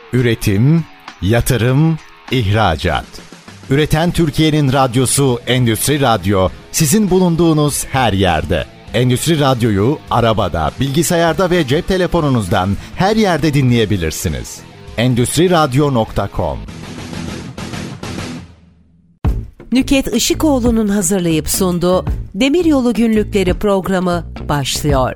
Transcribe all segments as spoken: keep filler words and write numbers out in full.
Üretim, yatırım, ihracat. Üreten Türkiye'nin radyosu Endüstri Radyo, sizin bulunduğunuz her yerde. Endüstri Radyo'yu arabada, bilgisayarda ve cep telefonunuzdan her yerde dinleyebilirsiniz. endüstri radyo nokta com. Nükhet Işıkoğlu'nun hazırlayıp sunduğu Demiryolu Günlükleri programı başlıyor.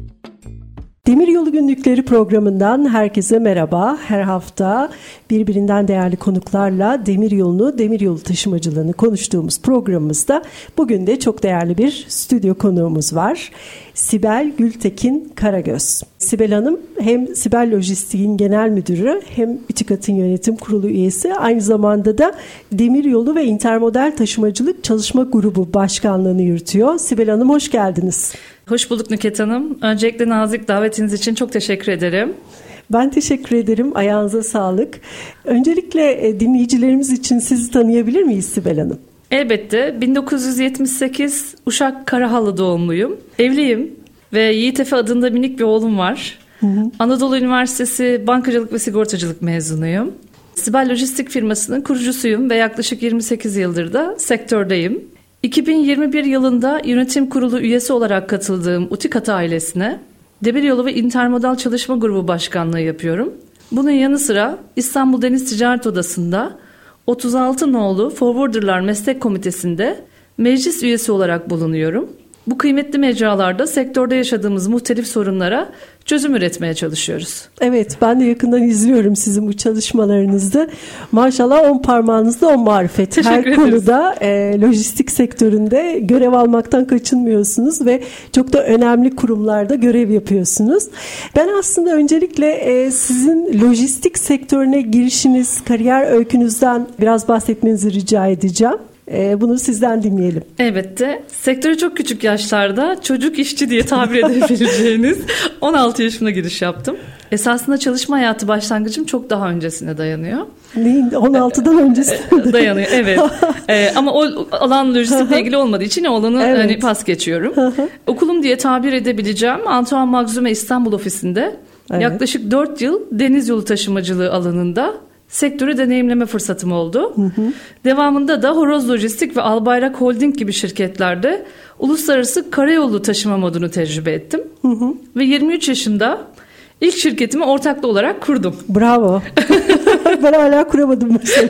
Demiryolu Günlükleri programından herkese merhaba. Her hafta birbirinden değerli konuklarla demiryolunu, demiryolu taşımacılığını konuştuğumuz programımızda bugün de çok değerli bir stüdyo konuğumuz var. Sibel Gültekin Karagöz. Sibel Hanım hem Sibel Lojistik'in genel müdürü hem İTİKAD'ın yönetim kurulu üyesi, aynı zamanda da Demiryolu ve Intermodal Taşımacılık Çalışma Grubu Başkanlığı'nı yürütüyor. Sibel Hanım hoş geldiniz. Hoş bulduk Nükhet Hanım. Öncelikle nazik davetiniz için çok teşekkür ederim. Ben teşekkür ederim. Ayağınıza sağlık. Öncelikle dinleyicilerimiz için sizi tanıyabilir miyiz Sibel Hanım? Elbette. bin dokuz yüz yetmiş sekiz Uşak Karahalı doğumluyum. Evliyim ve Yiğit Efe adında minik bir oğlum var. Hı hı. Anadolu Üniversitesi Bankacılık ve Sigortacılık mezunuyum. Sibel Lojistik firmasının kurucusuyum ve yaklaşık yirmi sekiz yıldır da sektördeyim. iki bin yirmi bir yılında yönetim kurulu üyesi olarak katıldığım İTİKAD ailesine Demiryolu ve Intermodal Çalışma Grubu Başkanlığı yapıyorum. Bunun yanı sıra İstanbul Deniz Ticaret Odası'nda otuz altı nolu Forwarderlar Meslek Komitesi'nde meclis üyesi olarak bulunuyorum. Bu kıymetli mecralarda sektörde yaşadığımız muhtelif sorunlara çözüm üretmeye çalışıyoruz. Evet, ben de yakından izliyorum sizin bu çalışmalarınızda. Maşallah on parmağınızda on marifet. Teşekkür Her ederiz. konuda e, lojistik sektöründe görev almaktan kaçınmıyorsunuz ve çok da önemli kurumlarda görev yapıyorsunuz. Ben aslında öncelikle e, sizin lojistik sektörüne girişiniz, kariyer öykünüzden biraz bahsetmenizi rica edeceğim. Bunu sizden dinleyelim. Elbette. Sektöre çok küçük yaşlarda çocuk işçi diye tabir edebileceğiniz on altı yaşımda giriş yaptım. Esasında çalışma hayatı başlangıcım çok daha öncesine dayanıyor. Neyin? on altıdan öncesine dayanıyor. Evet. ee, ama o alan lojistikle ilgili olmadığı için olanı evet. hani pas geçiyorum. Okulum diye tabir edebileceğim Antoine Magzume İstanbul ofisinde evet. yaklaşık dört yıl deniz yolu taşımacılığı alanında sektörü deneyimleme fırsatım oldu. Hı hı. Devamında da Horoz Lojistik ve Albayrak Holding gibi şirketlerde uluslararası karayolu taşıma modunu tecrübe ettim. Hı hı. Ve yirmi üç yaşında ilk şirketimi ortaklı olarak kurdum. Bravo. Ben hala kuramadım mesela.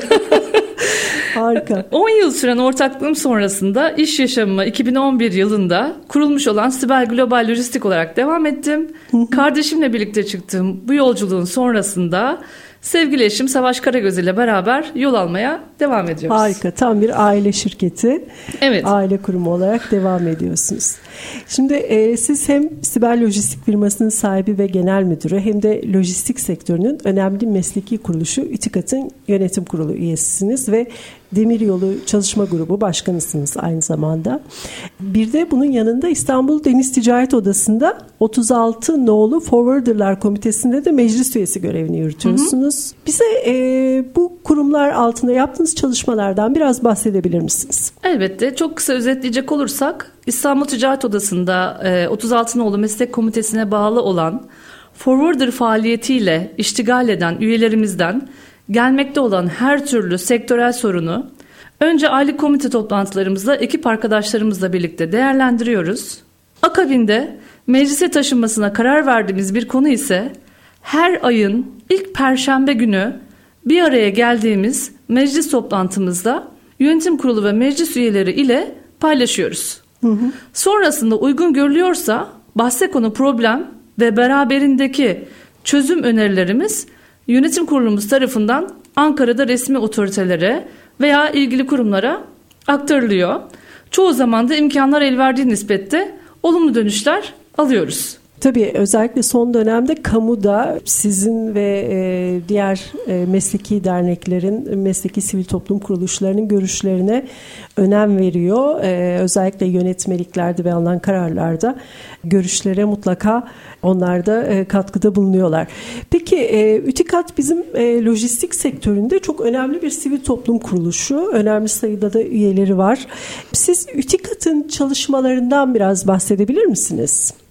Harika. on yıl süren ortaklığım sonrasında iş yaşamıma iki bin on bir yılında kurulmuş olan Sibel Global Lojistik olarak devam ettim. Hı hı. Kardeşimle birlikte çıktığım bu yolculuğun sonrasında sevgili eşim Savaş Karagöz ile beraber yol almaya devam ediyoruz. Harika. Tam bir aile şirketi. Evet. Aile kurumu olarak devam ediyorsunuz. Şimdi e, siz hem Sibel Lojistik firmasının sahibi ve genel müdürü hem de lojistik sektörünün önemli mesleki kuruluşu İTİKAD'ın yönetim kurulu üyesisiniz ve Demiryolu Çalışma Grubu Başkanısınız aynı zamanda. Bir de bunun yanında İstanbul Deniz Ticaret Odası'nda otuz altı nolu Forwarderlar Komitesi'nde de meclis üyesi görevini yürütüyorsunuz. Hı hı. Bize e, bu kurumlar altında yaptığınız çalışmalardan biraz bahsedebilir misiniz? Elbette. Çok kısa özetleyecek olursak İstanbul Ticaret Odası'nda e, otuz altı nolu Meslek Komitesi'ne bağlı olan Forwarder faaliyetiyle iştigal eden üyelerimizden gelmekte olan her türlü sektörel sorunu önce aylık komite toplantılarımızda ekip arkadaşlarımızla birlikte değerlendiriyoruz. Akabinde meclise taşınmasına karar verdiğimiz bir konu ise her ayın ilk perşembe günü bir araya geldiğimiz meclis toplantımızda yönetim kurulu ve meclis üyeleri ile paylaşıyoruz. Hı hı. Sonrasında uygun görülüyorsa bahse konu problem ve beraberindeki çözüm önerilerimiz yönetim kurulumuz tarafından Ankara'da resmi otoritelere veya ilgili kurumlara aktarılıyor. Çoğu zaman da imkanlar el verdiği nispette olumlu dönüşler alıyoruz. Tabii özellikle son dönemde kamuda sizin ve e, diğer e, mesleki derneklerin, mesleki sivil toplum kuruluşlarının görüşlerine önem veriyor. E, özellikle yönetmeliklerde ve alınan kararlarda görüşlere mutlaka onlar da e, katkıda bulunuyorlar. Peki e, İTİKAD bizim e, lojistik sektöründe çok önemli bir sivil toplum kuruluşu. Önemli sayıda da üyeleri var. Siz İTİKAD'ın çalışmalarından biraz bahsedebilir misiniz?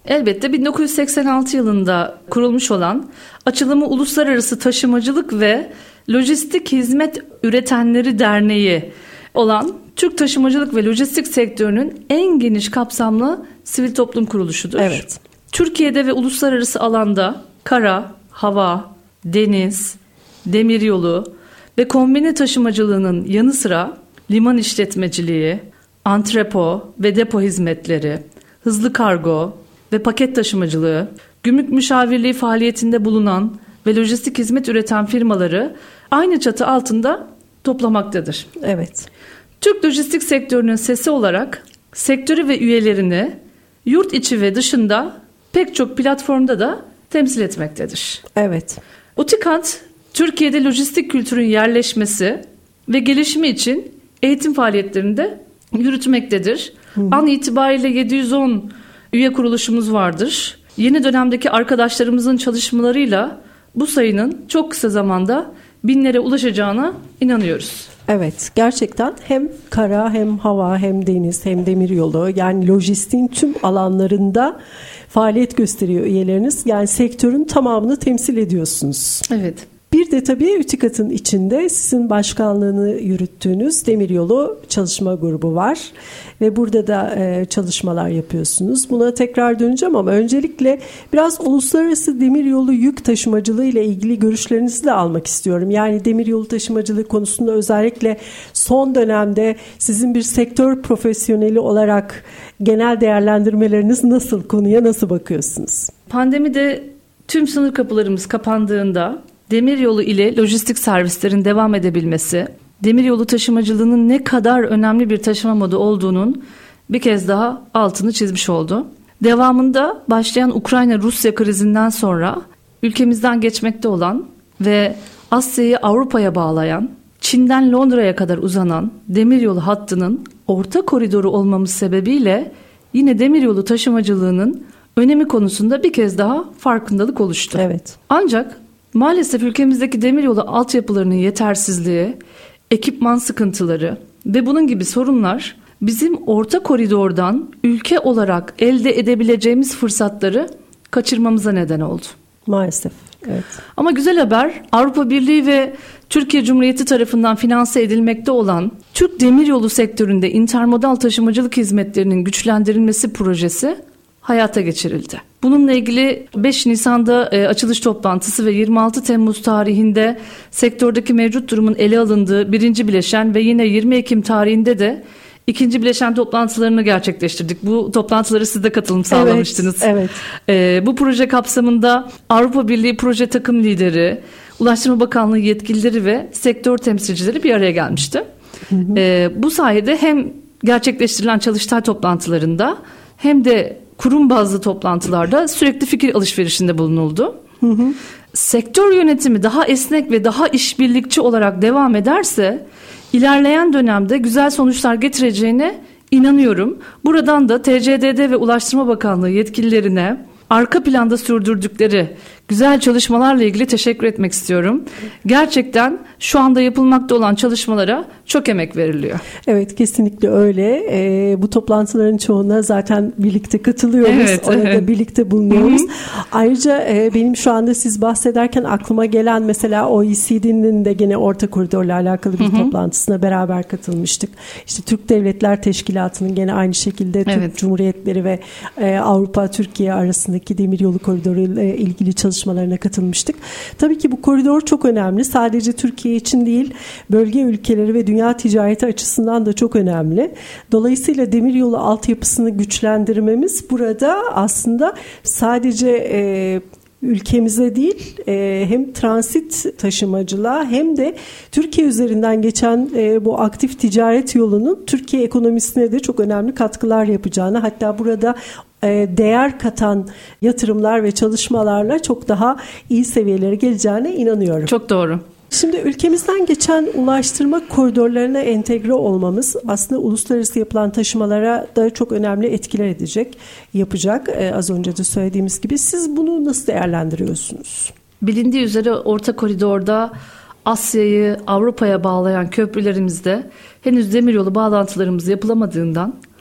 Elbette bin dokuz yüz seksen altı yılında kurulmuş olan açılımı Uluslararası Taşımacılık ve Lojistik Hizmet Üretenleri Derneği olan Türk taşımacılık ve lojistik sektörünün en geniş kapsamlı sivil toplum kuruluşudur. Evet. Türkiye'de ve uluslararası alanda kara, hava, deniz, demiryolu ve kombine taşımacılığının yanı sıra liman işletmeciliği, antrepo ve depo hizmetleri, hızlı kargo ve paket taşımacılığı, gümrük müşavirliği faaliyetinde bulunan ve lojistik hizmet üreten firmaları aynı çatı altında toplamaktadır. Evet. Türk lojistik sektörünün sesi olarak sektörü ve üyelerini yurt içi ve dışında pek çok platformda da temsil etmektedir. Evet. Utikant, Türkiye'de lojistik kültürün yerleşmesi ve gelişimi için eğitim faaliyetlerini de yürütmektedir. Hı. An itibariyle yedi yüz on üye kuruluşumuz vardır. Yeni dönemdeki arkadaşlarımızın çalışmalarıyla bu sayının çok kısa zamanda binlere ulaşacağına inanıyoruz. Evet, gerçekten hem kara hem hava hem deniz hem demiryolu, yani lojistiğin tüm alanlarında faaliyet gösteriyor üyeleriniz. Yani sektörün tamamını temsil ediyorsunuz. Evet. Bir de tabii Ütikat'ın içinde sizin başkanlığını yürüttüğünüz Demiryolu Çalışma Grubu var ve burada da e, çalışmalar yapıyorsunuz. Buna tekrar döneceğim ama öncelikle biraz uluslararası demiryolu yük taşımacılığı ile ilgili görüşlerinizi de almak istiyorum. Yani demiryolu taşımacılığı konusunda özellikle son dönemde sizin bir sektör profesyoneli olarak genel değerlendirmeleriniz nasıl, konuya nasıl bakıyorsunuz? Pandemide tüm sınır kapılarımız kapandığında demiryolu ile lojistik servislerin devam edebilmesi, demiryolu taşımacılığının ne kadar önemli bir taşıma modu olduğunun bir kez daha altını çizmiş oldu. Devamında başlayan Ukrayna-Rusya krizinden sonra ülkemizden geçmekte olan ve Asya'yı Avrupa'ya bağlayan, Çin'den Londra'ya kadar uzanan demiryolu hattının orta koridoru olmamız sebebiyle yine demiryolu taşımacılığının önemi konusunda bir kez daha farkındalık oluştu. Evet. Ancak maalesef ülkemizdeki demiryolu altyapılarının yetersizliği, ekipman sıkıntıları ve bunun gibi sorunlar bizim orta koridordan ülke olarak elde edebileceğimiz fırsatları kaçırmamıza neden oldu. Maalesef. Evet. Ama güzel haber, Avrupa Birliği ve Türkiye Cumhuriyeti tarafından finanse edilmekte olan Türk demiryolu sektöründe intermodal taşımacılık hizmetlerinin güçlendirilmesi projesi hayata geçirildi. Bununla ilgili beş Nisan'da e, açılış toplantısı ve yirmi altı Temmuz tarihinde sektördeki mevcut durumun ele alındığı birinci bileşen ve yine yirmi Ekim tarihinde de ikinci bileşen toplantılarını gerçekleştirdik. Bu toplantıları siz de katılım sağlamıştınız. Evet, evet. E, bu proje kapsamında Avrupa Birliği proje takım lideri, Ulaştırma Bakanlığı yetkilileri ve sektör temsilcileri bir araya gelmişti. Hı hı. E, bu sayede hem gerçekleştirilen çalıştay toplantılarında hem de kurum bazlı toplantılarda sürekli fikir alışverişinde bulunuldu. Hı hı. Sektör yönetimi daha esnek ve daha işbirlikçi olarak devam ederse ilerleyen dönemde güzel sonuçlar getireceğine inanıyorum. Buradan da T C D D ve Ulaştırma Bakanlığı yetkililerine arka planda sürdürdükleri güzel çalışmalarla ilgili teşekkür etmek istiyorum. Gerçekten şu anda yapılmakta olan çalışmalara çok emek veriliyor. Evet, kesinlikle öyle. E, bu toplantıların çoğuna zaten birlikte katılıyoruz. Evet, Orada evet. birlikte bulunuyoruz. Hı-hı. Ayrıca e, benim şu anda siz bahsederken aklıma gelen mesela O E C D'nin de gene orta koridorla alakalı bir Hı-hı. toplantısına beraber katılmıştık. İşte Türk Devletler Teşkilatı'nın gene aynı şekilde Türk evet. Cumhuriyetleri ve e, Avrupa Türkiye arasındaki demiryolu koridoru ile ilgili çalışmalarına katılmıştık. Tabii ki bu koridor çok önemli. Sadece Türkiye için değil, bölge ülkeleri ve dünya ticareti açısından da çok önemli. Dolayısıyla demiryolu altyapısını güçlendirmemiz burada aslında sadece e, ülkemize değil e, hem transit taşımacılığa hem de Türkiye üzerinden geçen e, bu aktif ticaret yolunun Türkiye ekonomisine de çok önemli katkılar yapacağını, hatta burada e, değer katan yatırımlar ve çalışmalarla çok daha iyi seviyelere geleceğine inanıyorum. Çok doğru. Şimdi ülkemizden geçen ulaştırma koridorlarına entegre olmamız aslında uluslararası yapılan taşımalara da çok önemli etkiler edecek, yapacak. Ee, az önce de söylediğimiz gibi. Siz bunu nasıl değerlendiriyorsunuz? Bilindiği üzere orta koridorda Asya'yı Avrupa'ya bağlayan köprülerimizde henüz demiryolu bağlantılarımız yapılamadığından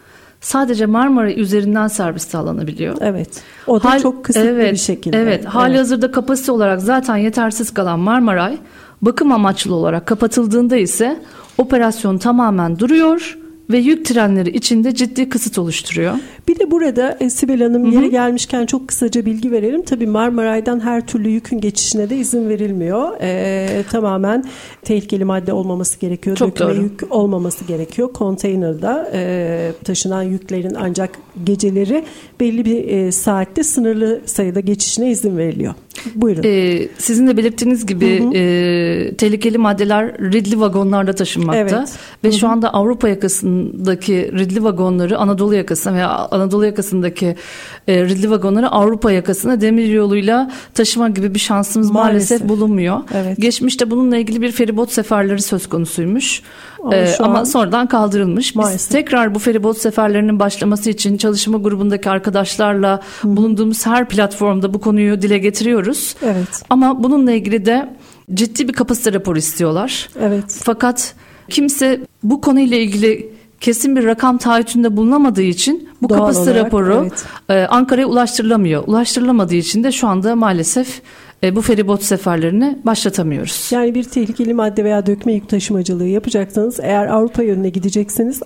sadece Marmara üzerinden servis sağlanabiliyor. Evet. O da Hal, çok kısıtlı evet, bir şekilde. Evet. Hali evet. hazırda kapasite olarak zaten yetersiz kalan Marmaray bakım amaçlı olarak kapatıldığında ise operasyon tamamen duruyor ve yük trenleri içinde ciddi kısıt oluşturuyor. Bir de burada e, Sibel Hanım, yeri gelmişken çok kısaca bilgi verelim. Tabii Marmaray'dan her türlü yükün geçişine de izin verilmiyor. E, tamamen tehlikeli madde olmaması gerekiyor. Çok Dökme doğru. yük olmaması gerekiyor. Konteynerda e, taşınan yüklerin ancak geceleri belli bir e, saatte sınırlı sayıda geçişine izin veriliyor. Buyurun. Ee, sizin de belirttiğiniz gibi hı hı. E, tehlikeli maddeler ridli vagonlarda taşınmakta. Evet. Ve hı hı. şu anda Avrupa yakasındaki ridli vagonları Anadolu yakasına veya Anadolu yakasındaki e, ridli vagonları Avrupa yakasına demir yoluyla taşıma gibi bir şansımız maalesef, maalesef bulunmuyor. Evet. Geçmişte bununla ilgili bir feribot seferleri söz konusuymuş. Ama, ee, ama sonradan kaldırılmış. Maalesef. Biz tekrar bu feribot seferlerinin başlaması için çalışma grubundaki arkadaşlarla Hı. bulunduğumuz her platformda bu konuyu dile getiriyoruz. Evet. Ama bununla ilgili de ciddi bir kapasite raporu istiyorlar. Evet. Fakat kimse bu konuyla ilgili kesin bir rakam taahhütünde bulunamadığı için bu Doğal kapasite olarak, raporu evet. Ankara'ya ulaştırılamıyor. Ulaştırılamadığı için de şu anda maalesef bu feribot seferlerini başlatamıyoruz. Yani bir tehlikeli madde veya dökme yük taşımacılığı yapacaksanız, eğer Avrupa yönüne gidecekseniz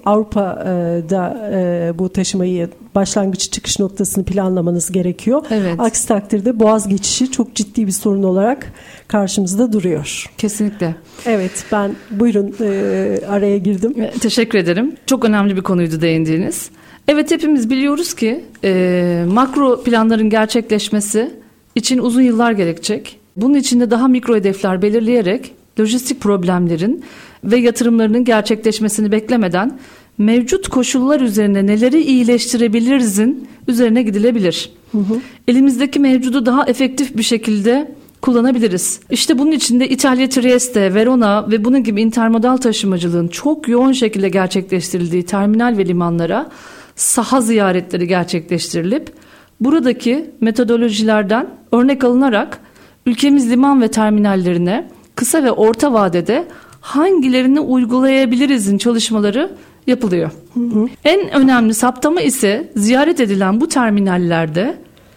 Avrupa'da bu taşımayı başlangıç çıkış noktasını planlamanız gerekiyor. Evet. Aksi takdirde Boğaz geçişi çok ciddi bir sorun olarak karşımızda duruyor. Kesinlikle. Evet, ben buyurun e, araya girdim. Teşekkür ederim. Çok önemli bir konuydu değindiğiniz. Evet, hepimiz biliyoruz ki e, makro planların gerçekleşmesi için uzun yıllar gerekecek. Bunun için de daha mikro hedefler belirleyerek lojistik problemlerin ve yatırımlarının gerçekleşmesini beklemeden mevcut koşullar üzerine neleri iyileştirebilirizin üzerine gidilebilir. Hı hı. Elimizdeki mevcudu daha efektif bir şekilde kullanabiliriz. İşte bunun için de İtalya, Trieste, Verona ve bunun gibi intermodal taşımacılığın çok yoğun şekilde gerçekleştirildiği terminal ve limanlara saha ziyaretleri gerçekleştirilip buradaki metodolojilerden örnek alınarak ülkemiz liman ve terminallerine kısa ve orta vadede hangilerini uygulayabilirizin çalışmaları yapılıyor. Hı hı. En önemli saptama ise ziyaret edilen bu terminallerde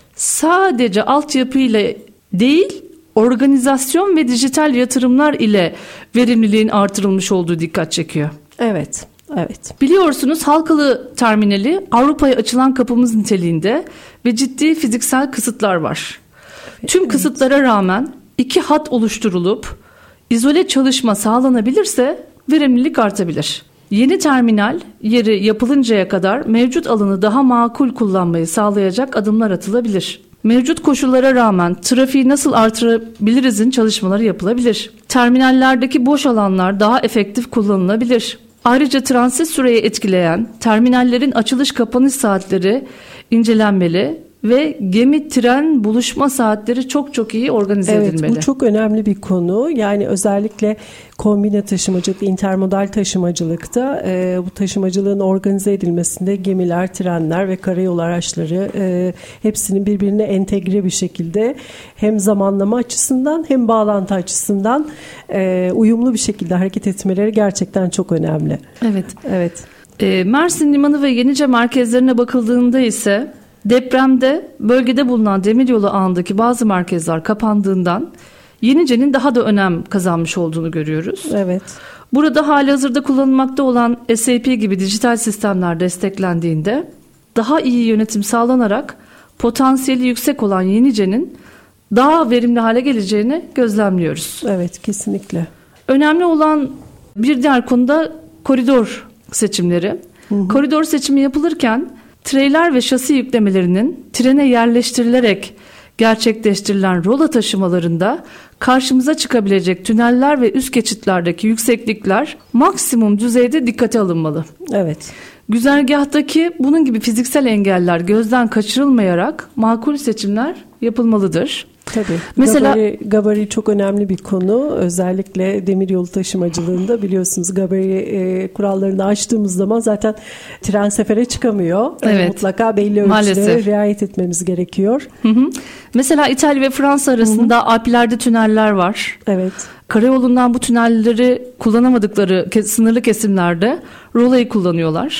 sadece altyapı ile değil, organizasyon ve dijital yatırımlar ile verimliliğin artırılmış olduğu dikkat çekiyor. Evet. Evet. Biliyorsunuz, Halkalı terminali Avrupa'ya açılan kapımız niteliğinde ve ciddi fiziksel kısıtlar var. Evet, Tüm evet. kısıtlara rağmen iki hat oluşturulup izole çalışma sağlanabilirse verimlilik artabilir. Yeni terminal yeri yapılıncaya kadar mevcut alanı daha makul kullanmayı sağlayacak adımlar atılabilir. Mevcut koşullara rağmen trafiği nasıl artırabilirizin çalışmaları yapılabilir. Terminallerdeki boş alanlar daha efektif kullanılabilir. Ayrıca transit süreyi etkileyen terminallerin açılış kapanış saatleri incelenmeli ve gemi tren buluşma saatleri çok çok iyi organize evet, edilmeli. Evet, bu çok önemli bir konu. Yani özellikle kombine taşımacılık, intermodal taşımacılıkta e, bu taşımacılığın organize edilmesinde gemiler, trenler ve karayolu araçları e, hepsinin birbirine entegre bir şekilde hem zamanlama açısından hem bağlantı açısından e, uyumlu bir şekilde hareket etmeleri gerçekten çok önemli. Evet. Evet. E, Mersin Limanı ve Yenice merkezlerine bakıldığında ise depremde bölgede bulunan demiryolu ağındaki bazı merkezler kapandığından Yenice'nin daha da önem kazanmış olduğunu görüyoruz. Evet. Burada halihazırda kullanılmakta olan S A P gibi dijital sistemler desteklendiğinde daha iyi yönetim sağlanarak potansiyeli yüksek olan Yenice'nin daha verimli hale geleceğini gözlemliyoruz. Evet, kesinlikle. Önemli olan bir diğer konuda koridor seçimleri. Hı hı. Koridor seçimi yapılırken treyler ve şasi yüklemelerinin trene yerleştirilerek gerçekleştirilen rola taşımalarında karşımıza çıkabilecek tüneller ve üst geçitlerdeki yükseklikler maksimum düzeyde dikkate alınmalı. Evet. Güzergahtaki bunun gibi fiziksel engeller gözden kaçırılmayarak makul seçimler yapılmalıdır. Tabii. Mesela gabari, gabari çok önemli bir konu. Özellikle demiryolu taşımacılığında biliyorsunuz gabari e, kurallarını aştığımız zaman zaten tren sefere çıkamıyor. Evet. Yani mutlaka belli ölçülere riayet etmemiz gerekiyor. Hı hı. Mesela İtalya ve Fransa arasında hı hı. Alplerde tüneller var. Evet. Karayolundan bu tünelleri kullanamadıkları sınırlı kesimlerde rolayı kullanıyorlar.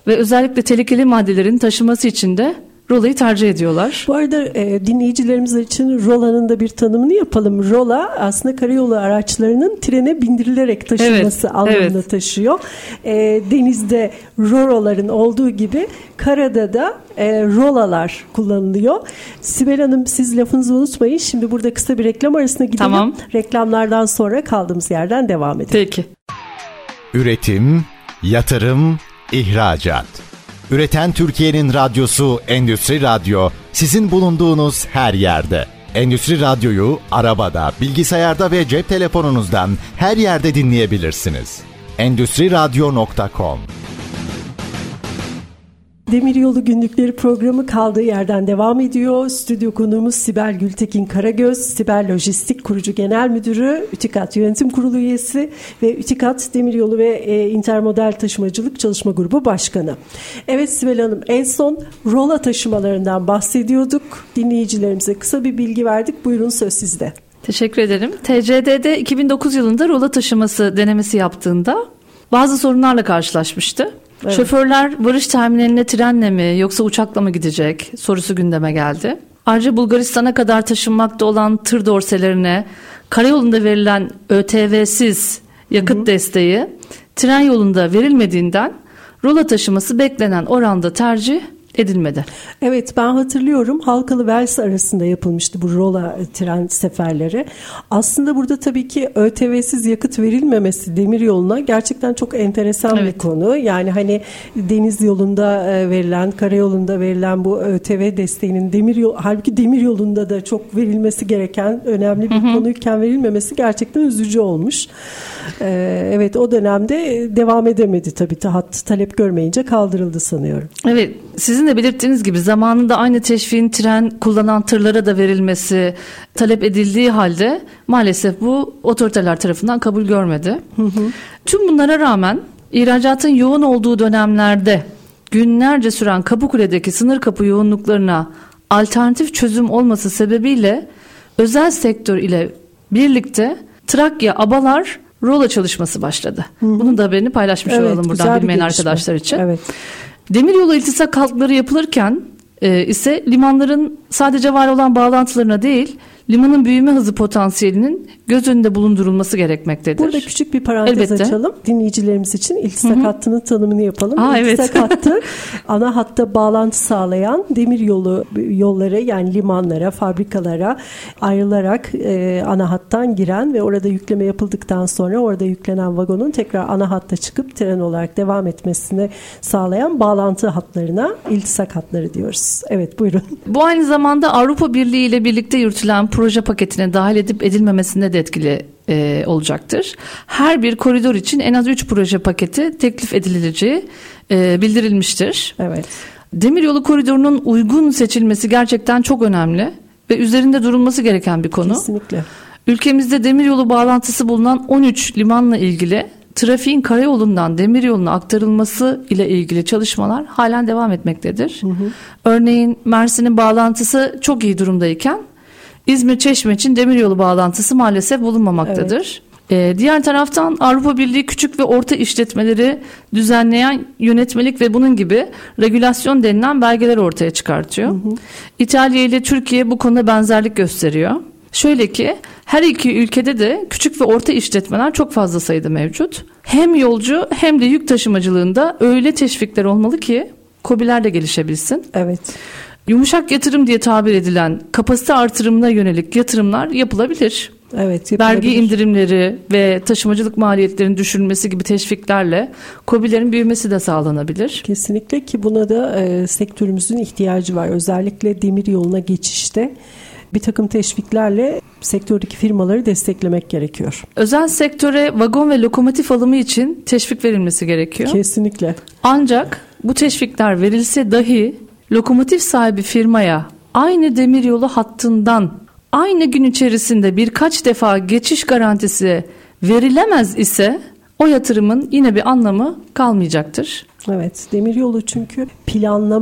ve özellikle tehlikeli maddelerin taşıması için de rolayı tercih ediyorlar. Bu arada e, dinleyicilerimiz için rolanın da bir tanımını yapalım. Rola aslında karayolu araçlarının trene bindirilerek taşınması evet, anlamında evet. taşıyor. E, denizde roroların olduğu gibi karada da e, rolalar kullanılıyor. Sibel Hanım, siz lafınızı unutmayın. Şimdi burada kısa bir reklam arasına gidelim. Tamam. Reklamlardan sonra kaldığımız yerden devam edelim. Peki. Üretim, yatırım, ihracat. Üreten Türkiye'nin radyosu Endüstri Radyo, sizin bulunduğunuz her yerde. Endüstri Radyo'yu arabada, bilgisayarda ve cep telefonunuzdan her yerde dinleyebilirsiniz. endüstri radyo nokta com. Demiryolu Günlükleri programı kaldığı yerden devam ediyor. Stüdyo konuğumuz Sibel Gültekin Karagöz, Sibel Lojistik Kurucu Genel Müdürü, Ütikat Yönetim Kurulu üyesi ve Ütikat Demiryolu ve e, Intermodal Taşımacılık Çalışma Grubu Başkanı. Evet Sibel Hanım, en son rola taşımalarından bahsediyorduk. Dinleyicilerimize kısa bir bilgi verdik. Buyurun, söz sizde. Teşekkür ederim. T C D'de iki bin dokuz yılında rola taşıması denemesi yaptığında bazı sorunlarla karşılaşmıştı. Evet. Şoförler varış terminaline trenle mi yoksa uçakla mı gidecek sorusu gündeme geldi. Ayrıca Bulgaristan'a kadar taşınmakta olan tır dorselerine karayolunda verilen ÖTV'siz yakıt hı hı. desteği tren yolunda verilmediğinden rola taşıması beklenen oranda tercih edilmedi. Evet, ben hatırlıyorum, Halkalı-Vels arasında yapılmıştı bu rola tren seferleri. Aslında burada tabii ki ÖTV'siz yakıt verilmemesi demiryoluna gerçekten çok enteresan evet. bir konu. Yani hani deniz yolunda verilen, karayolunda verilen bu ÖTV desteğinin demiryol, halbuki demiryolunda da çok verilmesi gereken önemli bir hı hı. konuyken verilmemesi gerçekten üzücü olmuş. Ee, evet, o dönemde devam edemedi tabii. Hat talep görmeyince kaldırıldı sanıyorum. Evet, sizin de belirttiğiniz gibi zamanında aynı teşviğin tren kullanan tırlara da verilmesi talep edildiği halde maalesef bu otoriteler tarafından kabul görmedi. Hı hı. Tüm bunlara rağmen ihracatın yoğun olduğu dönemlerde günlerce süren Kapıkule'deki sınır kapı yoğunluklarına alternatif çözüm olması sebebiyle özel sektör ile birlikte Trakya Abalar rola çalışması başladı. Hı hı. Bunun da haberini paylaşmış evet, olalım buradan bilmeyen arkadaşlar için. Evet. Demiryolu iltisak halkları yapılırken e, ise limanların sadece var olan bağlantılarına değil, limanın büyüme hızı potansiyelinin göz önünde bulundurulması gerekmektedir. Burada küçük bir parantez Elbette. açalım. Dinleyicilerimiz için iltisak Hı-hı. hattının tanımını yapalım. Aa, iltisak evet. hattı ana hatta bağlantı sağlayan demiryolu yolları, yani limanlara, fabrikalara ayrılarak e, ana hattan giren ve orada yükleme yapıldıktan sonra orada yüklenen vagonun tekrar ana hatta çıkıp tren olarak devam etmesini sağlayan bağlantı hatlarına iltisak hatları diyoruz. Evet, buyurun. Bu aynı zamanda Avrupa Birliği ile birlikte yürütülen proje paketine dahil edip edilmemesinde de etkili e, olacaktır. Her bir koridor için en az üç proje paketi teklif edileceği e, bildirilmiştir. Evet. Demiryolu koridorunun uygun seçilmesi gerçekten çok önemli ve üzerinde durulması gereken bir konu. Kesinlikle. Ülkemizde demiryolu bağlantısı bulunan on üç limanla ilgili trafiğin karayolundan demiryoluna aktarılması ile ilgili çalışmalar halen devam etmektedir. Hı hı. Örneğin Mersin'in bağlantısı çok iyi durumdayken İzmir-Çeşme için demiryolu bağlantısı maalesef bulunmamaktadır. Evet. Ee, diğer taraftan Avrupa Birliği küçük ve orta işletmeleri düzenleyen yönetmelik ve bunun gibi regülasyon denilen belgeler ortaya çıkartıyor. Hı hı. İtalya ile Türkiye bu konuda benzerlik gösteriyor. Şöyle ki her iki ülkede de küçük ve orta işletmeler çok fazla sayıda mevcut. Hem yolcu hem de yük taşımacılığında öyle teşvikler olmalı ki KOBİ'ler de gelişebilsin. Evet. Yumuşak yatırım diye tabir edilen kapasite artırımına yönelik yatırımlar yapılabilir. Evet, yapılabilir. Vergi indirimleri ve taşımacılık maliyetlerinin düşürülmesi gibi teşviklerle KOBİ'lerin büyümesi de sağlanabilir. Kesinlikle, ki buna da e, sektörümüzün ihtiyacı var. Özellikle demir yoluna geçişte bir takım teşviklerle sektördeki firmaları desteklemek gerekiyor. Özel sektöre vagon ve lokomotif alımı için teşvik verilmesi gerekiyor. Kesinlikle. Ancak bu teşvikler verilse dahi lokomotif sahibi firmaya aynı demiryolu hattından aynı gün içerisinde birkaç defa geçiş garantisi verilemez ise o yatırımın yine bir anlamı kalmayacaktır. Evet, demiryolu çünkü planlama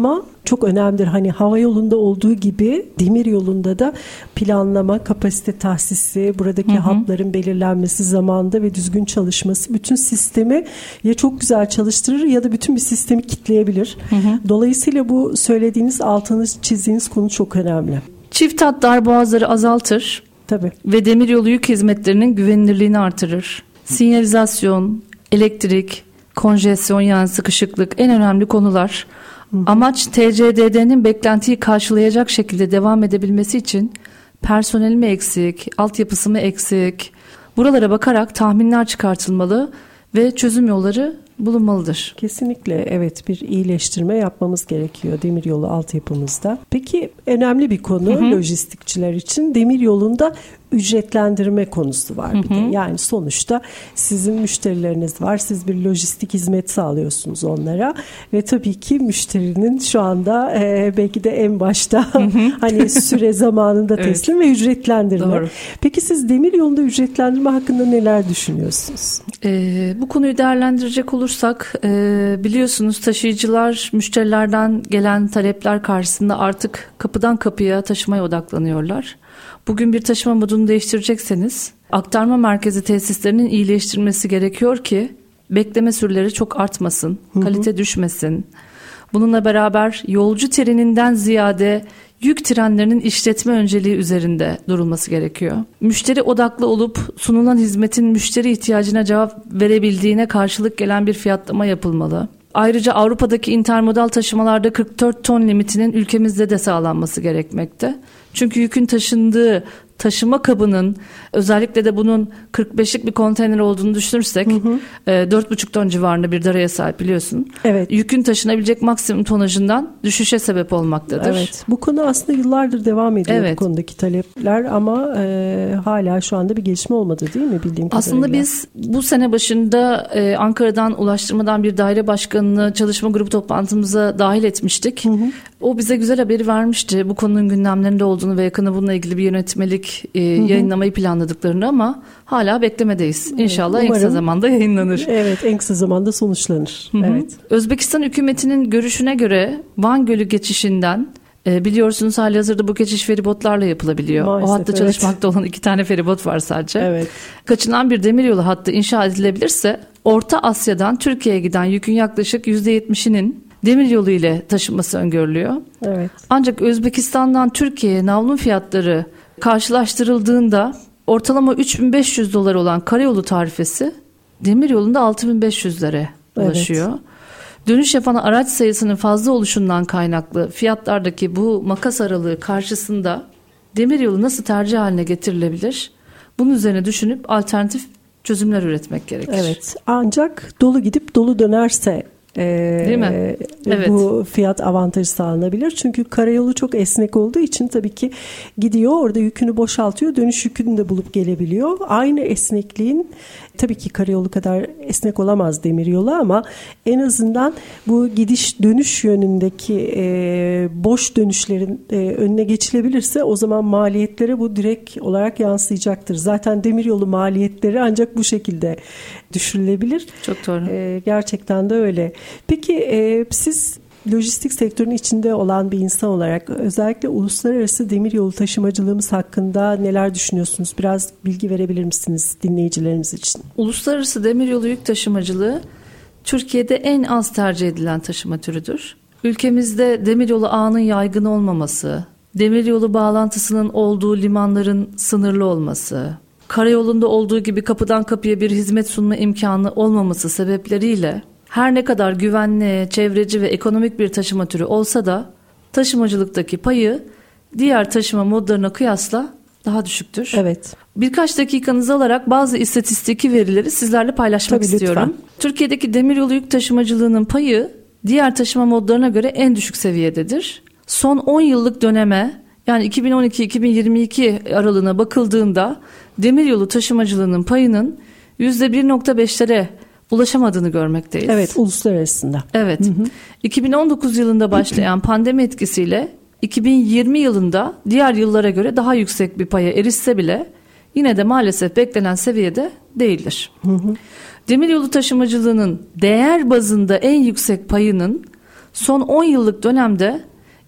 çok önemlidir. Hani hava yolunda olduğu gibi demir yolunda da planlama, kapasite tahsisi, buradaki hı hı. hatların belirlenmesi zamanında ve düzgün çalışması bütün sistemi ya çok güzel çalıştırır ya da bütün bir sistemi kitleyebilir. Hı hı. Dolayısıyla bu söylediğiniz, altını çizdiğiniz konu çok önemli. Çift hat darboğazları azaltır. Tabii. Ve demiryolu yük hizmetlerinin güvenilirliğini artırır. Sinyalizasyon, elektrik, konjesyon yani sıkışıklık en önemli konular. Hı hı. Amaç T C D D'nin beklentiyi karşılayacak şekilde devam edebilmesi için personel mi eksik, altyapısı mı eksik? Buralara bakarak tahminler çıkartılmalı ve çözüm yolları bulunmalıdır. Kesinlikle evet, bir iyileştirme yapmamız gerekiyor demiryolu altyapımızda. Peki önemli bir konu hı hı. lojistikçiler için demiryolunda ücretlendirme konusu var bir hı hı. de. Yani sonuçta sizin müşterileriniz var. Siz bir lojistik hizmet sağlıyorsunuz onlara ve tabii ki müşterinin şu anda e, belki de en başta hı hı. hani süre zamanında teslim evet. ve ücretlendirme. Doğru. Peki siz demiryolunda ücretlendirme hakkında neler düşünüyorsunuz? Ee, bu konuyu değerlendirecek olursak e, biliyorsunuz taşıyıcılar müşterilerden gelen talepler karşısında artık kapıdan kapıya taşımaya odaklanıyorlar. Bugün bir taşıma modunu değiştirecekseniz aktarma merkezi tesislerinin iyileştirilmesi gerekiyor ki bekleme süreleri çok artmasın, hı hı. kalite düşmesin. Bununla beraber yolcu treninden ziyade yük trenlerinin işletme önceliği üzerinde durulması gerekiyor. Müşteri odaklı olup sunulan hizmetin müşteri ihtiyacına cevap verebildiğine karşılık gelen bir fiyatlama yapılmalı. Ayrıca Avrupa'daki intermodal taşımalarda kırk dört ton limitinin ülkemizde de sağlanması gerekmekte. Çünkü yükün taşındığı taşıma kabının özellikle de bunun kırk beşlik bir konteyner olduğunu düşünürsek hı hı. dört buçuk ton civarında bir daraya sahip biliyorsun. Evet. Yükün taşınabilecek maksimum tonajından düşüşe sebep olmaktadır. Evet. Bu konu aslında yıllardır devam ediyor evet. bu konudaki talepler ama e, hala şu anda bir gelişme olmadı değil mi bildiğim kadarıyla? Aslında biz bu sene başında e, Ankara'dan Ulaştırma'dan bir daire başkanını çalışma grubu toplantımıza dahil etmiştik. Hı hı. O bize güzel haberi vermişti. Bu konunun gündemlerinde olduğunu ve yakında bununla ilgili bir yönetmelik e, yayınlamayı planladıklarını ama hala beklemedeyiz. Evet, İnşallah umarım, en kısa zamanda yayınlanır. Evet, en kısa zamanda sonuçlanır. Hı hı. Evet. Özbekistan hükümetinin görüşüne göre Van Gölü geçişinden e, biliyorsunuz halihazırda bu geçiş feribotlarla yapılabiliyor. Maalesef, o hatta evet. çalışmakta olan iki tane feribot var sadece. Evet. Kaçınan bir demiryolu hattı inşa edilebilirse Orta Asya'dan Türkiye'ye giden yükün yaklaşık yüzde yetmişinin demiryolu ile taşınması öngörülüyor. Evet. Ancak Özbekistan'dan Türkiye'ye navlun fiyatları karşılaştırıldığında ortalama üç bin beş yüz dolar olan karayolu tarifesi demiryolunda altı bin beş yüzlere ulaşıyor. Evet. Dönüş yapan araç sayısının fazla oluşundan kaynaklı fiyatlardaki bu makas aralığı karşısında demiryolu nasıl tercih haline getirilebilir? Bunun üzerine düşünüp alternatif çözümler üretmek gerekir. Evet. Ancak dolu gidip dolu dönerse Ee, Değil mi? Evet. Bu fiyat avantajı sağlanabilir. Çünkü karayolu çok esnek olduğu için tabii ki gidiyor orada yükünü boşaltıyor. Dönüş yükünü de bulup gelebiliyor. Aynı esnekliğin tabii ki karayolu kadar esnek olamaz demiryolu ama en azından bu gidiş dönüş yönündeki e, boş dönüşlerin e, önüne geçilebilirse o zaman maliyetlere bu direkt olarak yansıyacaktır. Zaten demiryolu maliyetleri ancak bu şekilde düşürülebilir. Çok doğru. E, gerçekten de öyle. Peki e, siz lojistik sektörünün içinde olan bir insan olarak özellikle uluslararası demiryolu taşımacılığımız hakkında neler düşünüyorsunuz? Biraz bilgi verebilir misiniz dinleyicilerimiz için? Uluslararası demiryolu yük taşımacılığı Türkiye'de en az tercih edilen taşıma türüdür. Ülkemizde demiryolu ağının yaygın olmaması, demiryolu bağlantısının olduğu limanların sınırlı olması, karayolunda olduğu gibi kapıdan kapıya bir hizmet sunma imkanı olmaması sebepleriyle her ne kadar güvenli, çevreci ve ekonomik bir taşıma türü olsa da taşımacılıktaki payı diğer taşıma modlarına kıyasla daha düşüktür. Evet. Birkaç dakikanızı alarak bazı istatistiki verileri sizlerle paylaşmak Tabii, istiyorum. Lütfen. Türkiye'deki demiryolu yük taşımacılığının payı diğer taşıma modlarına göre en düşük seviyededir. Son on yıllık döneme yani iki bin on iki iki bin yirmi iki aralığına bakıldığında demiryolu taşımacılığının payının yüzde bir virgül beşlere ulaşamadığını görmekteyiz. Evet, uluslararasında. Evet. Hı hı. iki bin on dokuz yılında başlayan pandemi etkisiyle iki bin yirmi yılında diğer yıllara göre daha yüksek bir paya erişse bile yine de maalesef beklenen seviyede değildir. Hı hı. Demiryolu taşımacılığının değer bazında en yüksek payının son on yıllık dönemde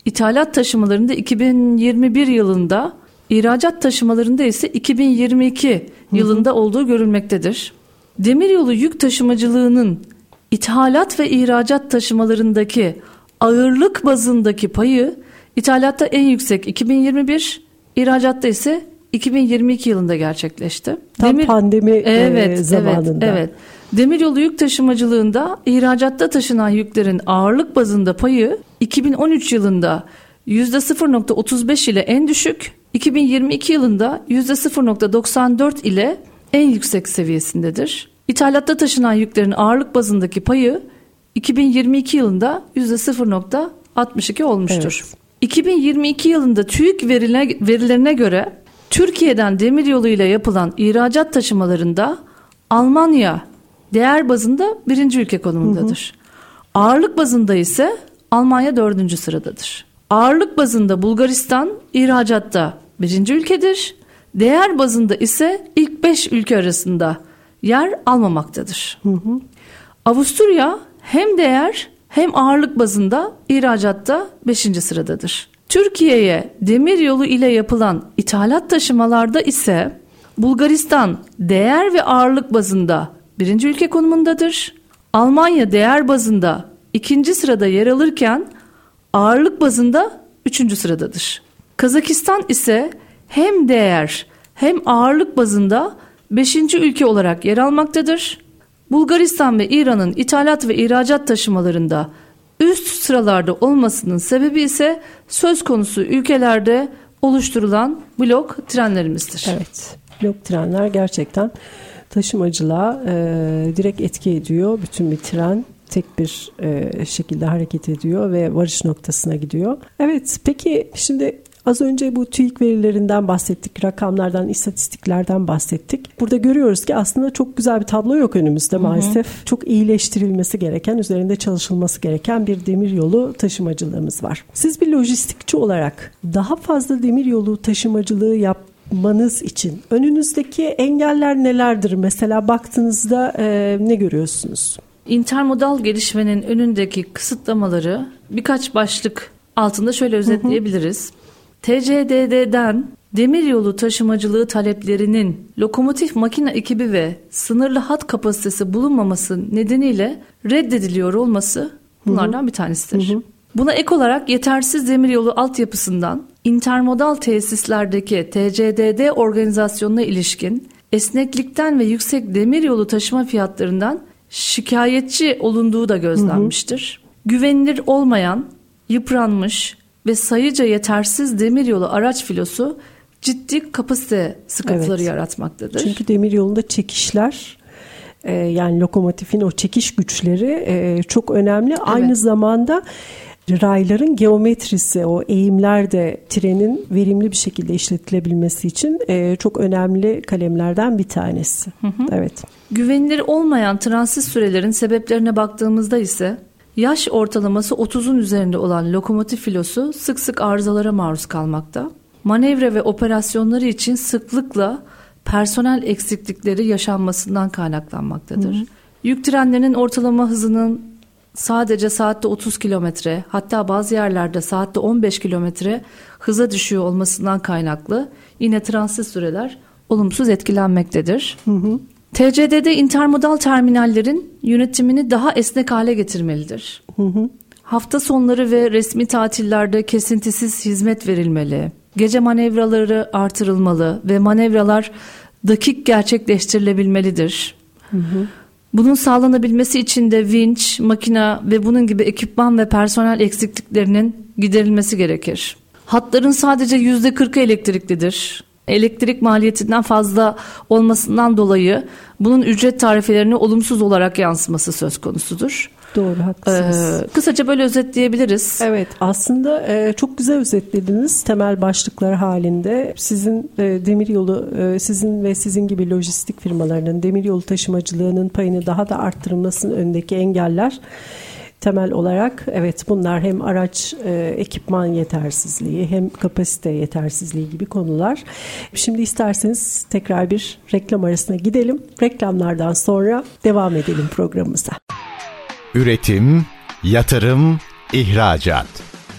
İthalat taşımalarında iki bin yirmi bir yılında, ihracat taşımalarında ise iki bin yirmi iki yılında olduğu görülmektedir. Demiryolu yük taşımacılığının ithalat ve ihracat taşımalarındaki ağırlık bazındaki payı ithalatta en yüksek iki bin yirmi bir, ihracatta ise iki bin yirmi iki yılında gerçekleşti. Tam Demir, pandemi evet, e, zamanında. Evet, evet. Demiryolu yük taşımacılığında ihracatta taşınan yüklerin ağırlık bazında payı iki bin on üç yılında yüzde sıfır nokta otuz beş ile en düşük, iki bin yirmi iki yılında yüzde sıfır nokta doksan dört ile en yüksek seviyesindedir. İthalatta taşınan yüklerin ağırlık bazındaki payı iki bin yirmi iki yılında yüzde sıfır nokta altmış iki olmuştur. Evet. iki bin yirmi iki yılında TÜİK verilerine, verilerine göre Türkiye'den demiryolu ile yapılan ihracat taşımalarında Almanya değer bazında birinci ülke konumundadır. Hı hı. Ağırlık bazında ise Almanya dördüncü sıradadır. Ağırlık bazında Bulgaristan ihracatta birinci ülkedir. Değer bazında ise ilk beş ülke arasında yer almamaktadır. Hı hı. Avusturya hem değer hem ağırlık bazında ihracatta beşinci sıradadır. Türkiye'ye demiryolu ile yapılan ithalat taşımalarda ise Bulgaristan değer ve ağırlık bazında birinci ülke konumundadır. Almanya değer bazında ikinci sırada yer alırken ağırlık bazında üçüncü sıradadır. Kazakistan ise hem değer hem ağırlık bazında beşinci ülke olarak yer almaktadır. Bulgaristan ve İran'ın ithalat ve ihracat taşımalarında üst sıralarda olmasının sebebi ise söz konusu ülkelerde oluşturulan blok trenlerimizdir. Evet, blok trenler gerçekten taşımacılığa e, direkt etki ediyor. Bütün bir tren tek bir e, şekilde hareket ediyor ve varış noktasına gidiyor. Evet, peki şimdi az önce bu TÜİK verilerinden bahsettik, rakamlardan, istatistiklerden bahsettik. Burada görüyoruz ki aslında çok güzel bir tablo yok önümüzde maalesef. Hı hı. Çok iyileştirilmesi gereken, üzerinde çalışılması gereken bir demiryolu taşımacılığımız var. Siz bir lojistikçi olarak daha fazla demiryolu taşımacılığı yapmanız için önünüzdeki engeller nelerdir? Mesela baktığınızda e, ne görüyorsunuz? İntermodal gelişmenin önündeki kısıtlamaları birkaç başlık altında şöyle özetleyebiliriz. Hı hı. T C D D'den demiryolu taşımacılığı taleplerinin lokomotif makine ekibi ve sınırlı hat kapasitesi bulunmaması nedeniyle reddediliyor olması bunlardan Hı-hı. bir tanesidir. Hı-hı. Buna ek olarak yetersiz demiryolu altyapısından intermodal tesislerdeki T C D D organizasyonuna ilişkin esneklikten ve yüksek demiryolu taşıma fiyatlarından şikayetçi olunduğu da gözlenmiştir. Hı-hı. Güvenilir olmayan, yıpranmış ve sayıca yetersiz demiryolu araç filosu ciddi kapasite sıkıntıları evet. yaratmaktadır. Çünkü demiryolunda çekişler e, yani lokomotifin o çekiş güçleri e, çok önemli. Evet. Aynı zamanda rayların geometrisi, o eğimler de trenin verimli bir şekilde işletilebilmesi için e, çok önemli kalemlerden bir tanesi. Hı hı. Evet. Güvenilir olmayan transit sürelerin sebeplerine baktığımızda ise yaş ortalaması otuzun üzerinde olan lokomotif filosu sık sık arızalara maruz kalmakta. Manevra ve operasyonları için sıklıkla personel eksiklikleri yaşanmasından kaynaklanmaktadır. Hı hı. Yük trenlerinin ortalama hızının sadece saatte otuz kilometre, hatta bazı yerlerde saatte on beş kilometre hıza düşüyor olmasından kaynaklı yine transit süreler olumsuz etkilenmektedir. Hı hı. T C D D intermodal terminallerin yönetimini daha esnek hale getirmelidir. Hı hı. Hafta sonları ve resmi tatillerde kesintisiz hizmet verilmeli. Gece manevraları artırılmalı ve manevralar dakik gerçekleştirilebilmelidir. Hı hı. Bunun sağlanabilmesi için de vinç, makina ve bunun gibi ekipman ve personel eksikliklerinin giderilmesi gerekir. Hatların sadece yüzde kırkı elektriklidir. Elektrik maliyetinden fazla olmasından dolayı bunun ücret tarifelerine olumsuz olarak yansıması söz konusudur. Doğru, haklısınız. Ee, kısaca böyle özetleyebiliriz. Evet, aslında e, çok güzel özetlediniz temel başlıklar halinde. Sizin e, demiryolu, e, sizin ve sizin gibi lojistik firmalarının demiryolu taşımacılığının payını daha da arttırılmasının önündeki engeller temel olarak evet bunlar hem araç e, ekipman yetersizliği hem kapasite yetersizliği gibi konular. Şimdi isterseniz tekrar bir reklam arasına gidelim. Reklamlardan sonra devam edelim programımıza. Üretim, yatırım, ihracat.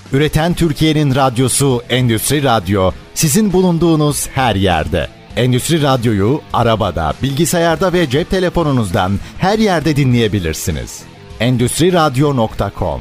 Üreten Türkiye'nin radyosu Endüstri Radyo, sizin bulunduğunuz her yerde. Endüstri Radyo'yu arabada, bilgisayarda ve cep telefonunuzdan her yerde dinleyebilirsiniz. endüstri radyo nokta com.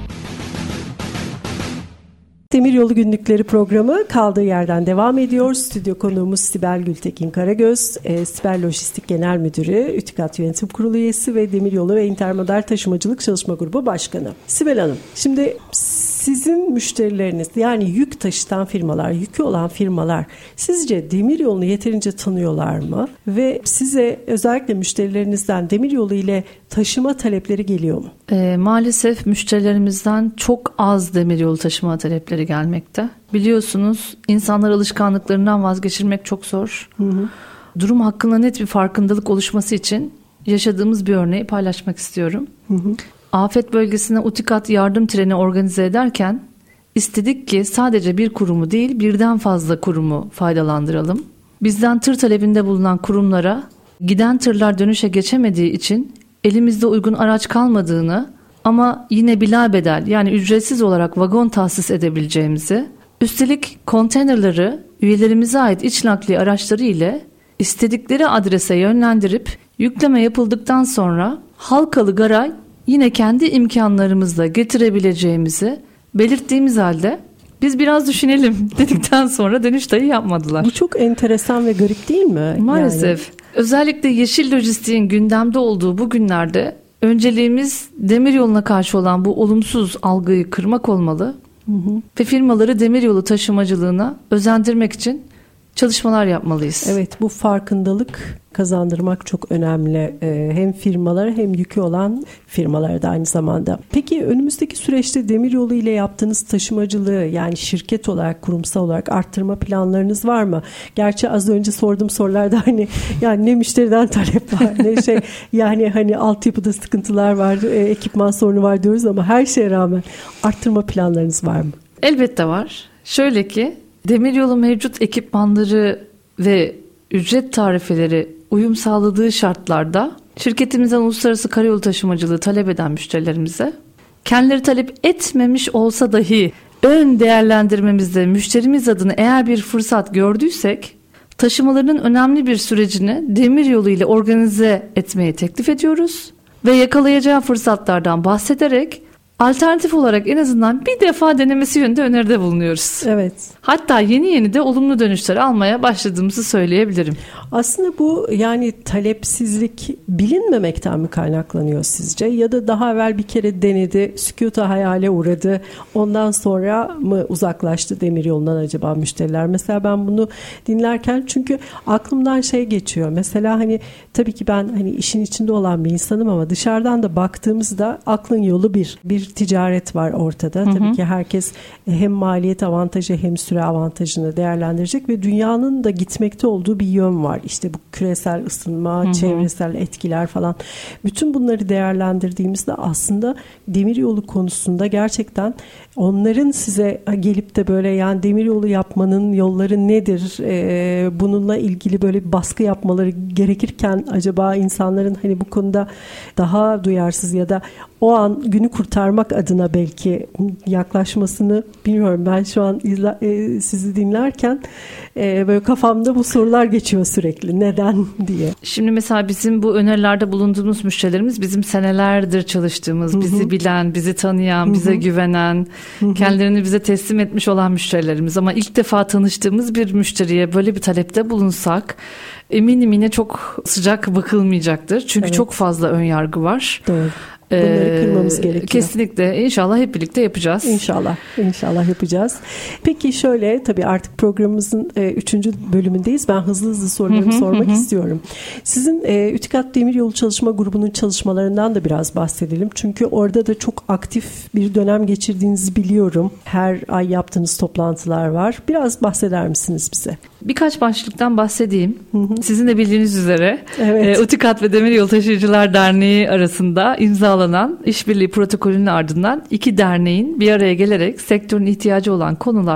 Demiryolu Günlükleri programı kaldığı yerden devam ediyor. Stüdyo konuğumuz Sibel Gültekin Karagöz, e, Sibel Lojistik Genel Müdürü, Ütikat Yönetim Kurulu üyesi ve Demiryolu ve İntermodal Taşımacılık Çalışma Grubu Başkanı. Sibel Hanım, şimdi sizin müşterileriniz, yani yük taşıtan firmalar, yükü olan firmalar sizce demiryolunu yeterince tanıyorlar mı? Ve size özellikle müşterilerinizden demiryolu ile taşıma talepleri geliyor mu? E, maalesef müşterilerimizden çok az demiryolu taşıma talepleri gelmekte. Biliyorsunuz, insanlar alışkanlıklarından vazgeçirmek çok zor. Hı hı. Durum hakkında net bir farkındalık oluşması için yaşadığımız bir örneği paylaşmak istiyorum. Hı hı. Afet bölgesine Utikat yardım treni organize ederken istedik ki sadece bir kurumu değil, birden fazla kurumu faydalandıralım. Bizden tır talebinde bulunan kurumlara giden tırlar dönüşe geçemediği için elimizde uygun araç kalmadığını ama yine bilabedel, yani ücretsiz olarak vagon tahsis edebileceğimizi, üstelik konteynerları üyelerimize ait iç nakliye araçları ile istedikleri adrese yönlendirip yükleme yapıldıktan sonra Halkalı Gar'a yine kendi imkanlarımızla getirebileceğimizi belirttiğimiz halde biz biraz düşünelim dedikten sonra dönüş dahi yapmadılar. Bu çok enteresan ve garip değil mi? Maalesef. Yani. Özellikle yeşil lojistiğin gündemde olduğu bu günlerde önceliğimiz demiryoluna karşı olan bu olumsuz algıyı kırmak olmalı. Hı hı. Ve firmaları demiryolu taşımacılığına özendirmek için çalışmalar yapmalıyız. Evet, bu farkındalık kazandırmak çok önemli. Ee, hem firmalara hem yükü olan firmalara da aynı zamanda. Peki önümüzdeki süreçte demiryolu ile yaptığınız taşımacılığı, yani şirket olarak, kurumsal olarak arttırma planlarınız var mı? Gerçi az önce sorduğum sorularda hani yani ne müşteriden talep var ne şey, yani hani altyapıda sıkıntılar var, e, ekipman sorunu var diyoruz ama her şeye rağmen arttırma planlarınız var mı? Elbette var. Şöyle ki, demiryolu mevcut ekipmanları ve ücret tarifeleri uyum sağladığı şartlarda şirketimizden uluslararası karayolu taşımacılığı talep eden müşterilerimize kendileri talep etmemiş olsa dahi ön değerlendirmemizde müşterimiz adına eğer bir fırsat gördüysek taşımalarının önemli bir sürecini demiryolu ile organize etmeyi teklif ediyoruz ve yakalayacağı fırsatlardan bahsederek alternatif olarak en azından bir defa denemesi yönünde öneride bulunuyoruz. Evet. Hatta yeni yeni de olumlu dönüşler almaya başladığımızı söyleyebilirim. Aslında bu yani talepsizlik bilinmemekten mi kaynaklanıyor sizce? Ya da daha evvel bir kere denedi, sükuta hayale uğradı. Ondan sonra mı uzaklaştı demiryolundan acaba müşteriler? Mesela ben bunu dinlerken çünkü aklımdan şey geçiyor. Mesela hani tabii ki ben hani işin içinde olan bir insanım ama dışarıdan da baktığımızda aklın yolu bir. Bir ticaret var ortada. Hı hı. Tabii ki herkes hem maliyet avantajı hem süre avantajını değerlendirecek ve dünyanın da gitmekte olduğu bir yön var. İşte bu küresel ısınma, hı hı. çevresel etkiler falan. Bütün bunları değerlendirdiğimizde aslında demiryolu konusunda gerçekten onların size gelip de böyle yani demiryolu yapmanın yolları nedir? Ee, bununla ilgili böyle bir baskı yapmaları gerekirken acaba insanların hani bu konuda daha duyarsız ya da o an günü kurtarmak adına belki yaklaşmasını bilmiyorum. Ben şu an izle, e, sizi dinlerken e, böyle kafamda bu sorular geçiyor sürekli. Neden diye. Şimdi mesela bizim bu önerilerde bulunduğumuz müşterilerimiz bizim senelerdir çalıştığımız, Hı-hı. bizi bilen, bizi tanıyan, Hı-hı. bize güvenen, Hı-hı. kendilerini bize teslim etmiş olan müşterilerimiz. Ama ilk defa tanıştığımız bir müşteriye böyle bir talepte bulunsak eminim yine çok sıcak bakılmayacaktır. Çünkü evet. çok fazla ön yargı var. Doğru. Bunları kırmamız gerekiyor. Kesinlikle. İnşallah hep birlikte yapacağız. İnşallah. İnşallah yapacağız. Peki şöyle, tabii artık programımızın e, üçüncü bölümündeyiz. Ben hızlı hızlı sorularımı hı hı, sormak hı. istiyorum. Sizin e, Ütikat Demiryolu Çalışma Grubu'nun çalışmalarından da biraz bahsedelim. Çünkü orada da çok aktif bir dönem geçirdiğinizi biliyorum. Her ay yaptığınız toplantılar var. Biraz bahseder misiniz bize? Birkaç başlıktan bahsedeyim. Hı hı. Sizin de bildiğiniz üzere evet. e, Utikat ve Demiryolu Taşıyıcılar Derneği arasında imzalanan işbirliği protokolünün ardından iki derneğin bir araya gelerek sektörün ihtiyacı olan konularda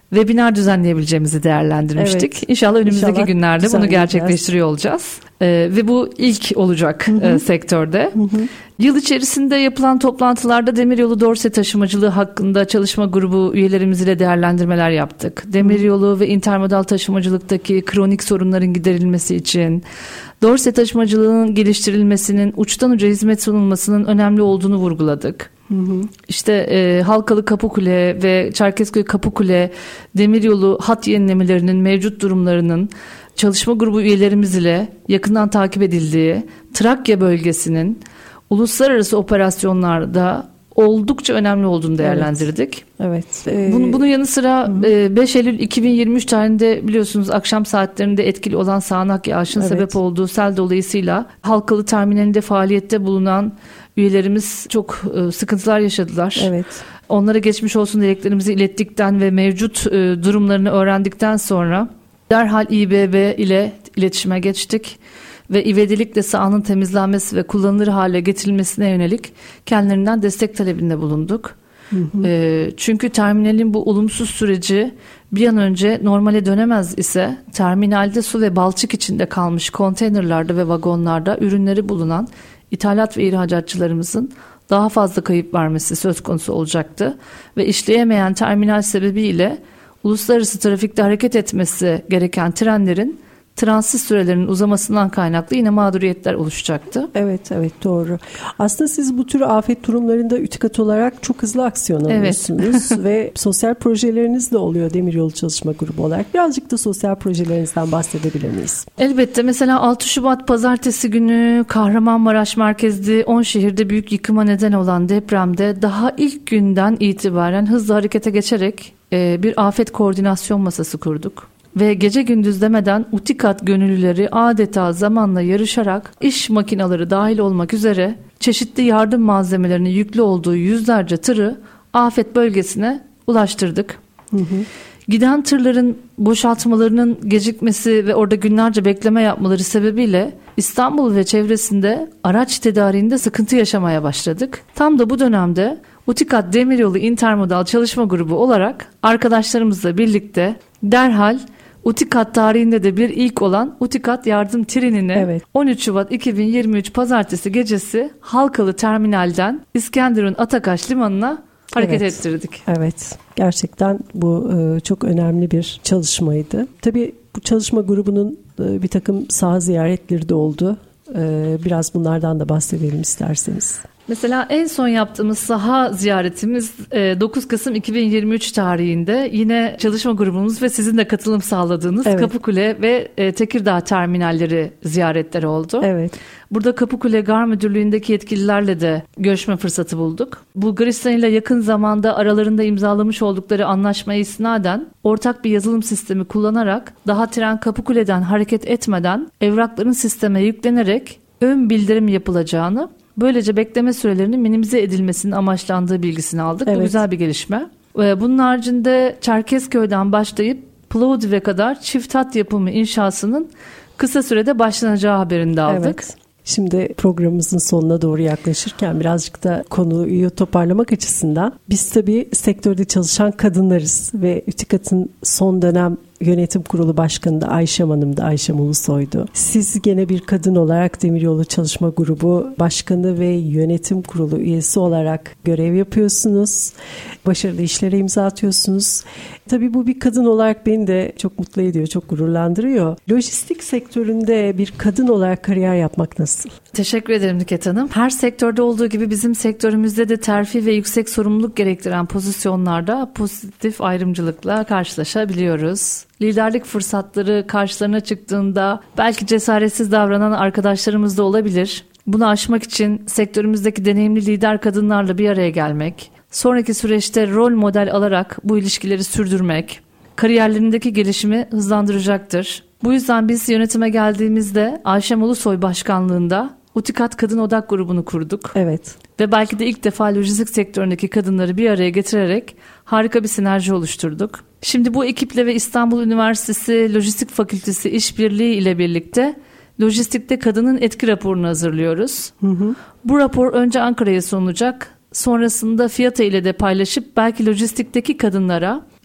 webinar düzenleyebileceğimizi değerlendirmiştik. Evet. İnşallah önümüzdeki İnşallah günlerde bunu gerçekleştiriyor olacağız. Ee, ve bu ilk olacak e, sektörde. Hı hı. Yıl içerisinde yapılan toplantılarda Demiryolu Dorse taşımacılığı hakkında çalışma grubu üyelerimiz ile değerlendirmeler yaptık. Demiryolu ve intermodal taşımacılıktaki kronik sorunların giderilmesi için Dorse taşımacılığının geliştirilmesinin, uçtan uca hizmet sunulmasının önemli olduğunu vurguladık. Hı hı. İşte e, Halkalı Kapıkule ve Çerkezköy Kapıkule demiryolu hat yenilemelerinin mevcut durumlarının çalışma grubu üyelerimiz ile yakından takip edildiği, Trakya bölgesinin uluslararası operasyonlarda oldukça önemli olduğunu değerlendirdik. Evet. evet. Bunun, bunun yanı sıra e, beş Eylül iki bin yirmi üç tarihinde biliyorsunuz akşam saatlerinde etkili olan sağanak yağışın evet. sebep olduğu sel dolayısıyla Halkalı terminalinde faaliyette bulunan üyelerimiz çok e, sıkıntılar yaşadılar. Evet. Onlara geçmiş olsun dileklerimizi ilettikten ve mevcut e, durumlarını öğrendikten sonra derhal İ B B ile iletişime geçtik ve ivedilikle sahanın temizlenmesi ve kullanılır hale getirilmesine yönelik kendilerinden destek talebinde bulunduk. Hı hı. E, çünkü terminalin bu olumsuz süreci bir an önce normale dönemez ise terminalde su ve balçık içinde kalmış konteynerlarda ve vagonlarda ürünleri bulunan İthalat ve ihracatçılarımızın daha fazla kayıp vermesi söz konusu olacaktı ve işleyemeyen terminal sebebiyle uluslararası trafikte hareket etmesi gereken trenlerin transit sürelerinin uzamasından kaynaklı yine mağduriyetler oluşacaktı. Evet, evet doğru. Aslında siz bu tür afet durumlarında ÜTİKAT olarak çok hızlı aksiyon alıyorsunuz evet. ve sosyal projeleriniz de oluyor Demiryolu Çalışma Grubu olarak. Birazcık da sosyal projelerinizden bahsedebilir miyiz? Elbette. Mesela altı Şubat Pazartesi günü Kahramanmaraş merkezli on şehirde büyük yıkıma neden olan depremde daha ilk günden itibaren hızlı harekete geçerek bir afet koordinasyon masası kurduk. Ve gece gündüz demeden ÜTİKAT gönüllüleri adeta zamanla yarışarak iş makineleri dahil olmak üzere çeşitli yardım malzemelerinin yüklü olduğu yüzlerce tırı afet bölgesine ulaştırdık. Hı hı. Giden tırların boşaltmalarının gecikmesi ve orada günlerce bekleme yapmaları sebebiyle İstanbul ve çevresinde araç tedariğinde sıkıntı yaşamaya başladık. Tam da bu dönemde ÜTİKAT Demiryolu Intermodal Çalışma Grubu olarak arkadaşlarımızla birlikte derhal ÜTİKAT tarihinde de bir ilk olan ÜTİKAT yardım trenini evet. on üç Şubat iki bin yirmi üç Pazartesi gecesi Halkalı Terminal'den İskenderun Atakaş Limanı'na hareket evet. ettirdik. Evet, gerçekten bu e, çok önemli bir çalışmaydı. Tabii bu çalışma grubunun e, bir takım saha ziyaretleri de oldu. E, biraz bunlardan da bahsedelim isterseniz. Mesela en son yaptığımız saha ziyaretimiz dokuz Kasım iki bin yirmi üç tarihinde yine çalışma grubumuz ve sizin de katılım sağladığınız evet. Kapıkule ve Tekirdağ terminalleri ziyaretleri oldu. Evet. Burada Kapıkule Gar Müdürlüğü'ndeki yetkililerle de görüşme fırsatı bulduk. Bulgaristan ile yakın zamanda aralarında imzalamış oldukları anlaşmaya isnaden ortak bir yazılım sistemi kullanarak daha tren Kapıkule'den hareket etmeden evrakların sisteme yüklenerek ön bildirim yapılacağını, böylece bekleme sürelerinin minimize edilmesinin amaçlandığı bilgisini aldık. Evet. Bu güzel bir gelişme. Bunun haricinde Çerkezköy'den başlayıp Plovdiv'e kadar çift hat yapımı inşasının kısa sürede başlanacağı haberini de aldık. Evet. Şimdi programımızın sonuna doğru yaklaşırken birazcık da konuyu toparlamak açısından biz tabii sektörde çalışan kadınlarız ve ÜTİKAT'ın son dönem Yönetim Kurulu Başkanı da Ayşem Hanım da Ayşem Ulusoy'du. Siz gene bir kadın olarak Demiryolu Çalışma Grubu Başkanı ve Yönetim Kurulu üyesi olarak görev yapıyorsunuz. Başarılı işlere imza atıyorsunuz. Tabii bu bir kadın olarak beni de çok mutlu ediyor, çok gururlandırıyor. Lojistik sektöründe bir kadın olarak kariyer yapmak nasıl? Teşekkür ederim Nüket Hanım. Her sektörde olduğu gibi bizim sektörümüzde de terfi ve yüksek sorumluluk gerektiren pozisyonlarda pozitif ayrımcılıkla karşılaşabiliyoruz. Liderlik fırsatları karşılarına çıktığında belki cesaretsiz davranan arkadaşlarımız da olabilir. Bunu aşmak için sektörümüzdeki deneyimli lider kadınlarla bir araya gelmek, sonraki süreçte rol model alarak bu ilişkileri sürdürmek, kariyerlerindeki gelişimi hızlandıracaktır. Bu yüzden biz yönetime geldiğimizde Ayşem Ulusoy başkanlığında ÜTİKAT Kadın Odak grubunu kurduk. Evet. Ve belki de ilk defa lojistik sektöründeki kadınları bir araya getirerek harika bir sinerji oluşturduk. Şimdi bu ekiple ve İstanbul Üniversitesi Lojistik Fakültesi işbirliği ile birlikte lojistikte kadının etki raporunu hazırlıyoruz. Hı hı. Bu rapor önce Ankara'ya sunulacak. Sonrasında FİATA ile de paylaşıp belki lojistikteki kadınlara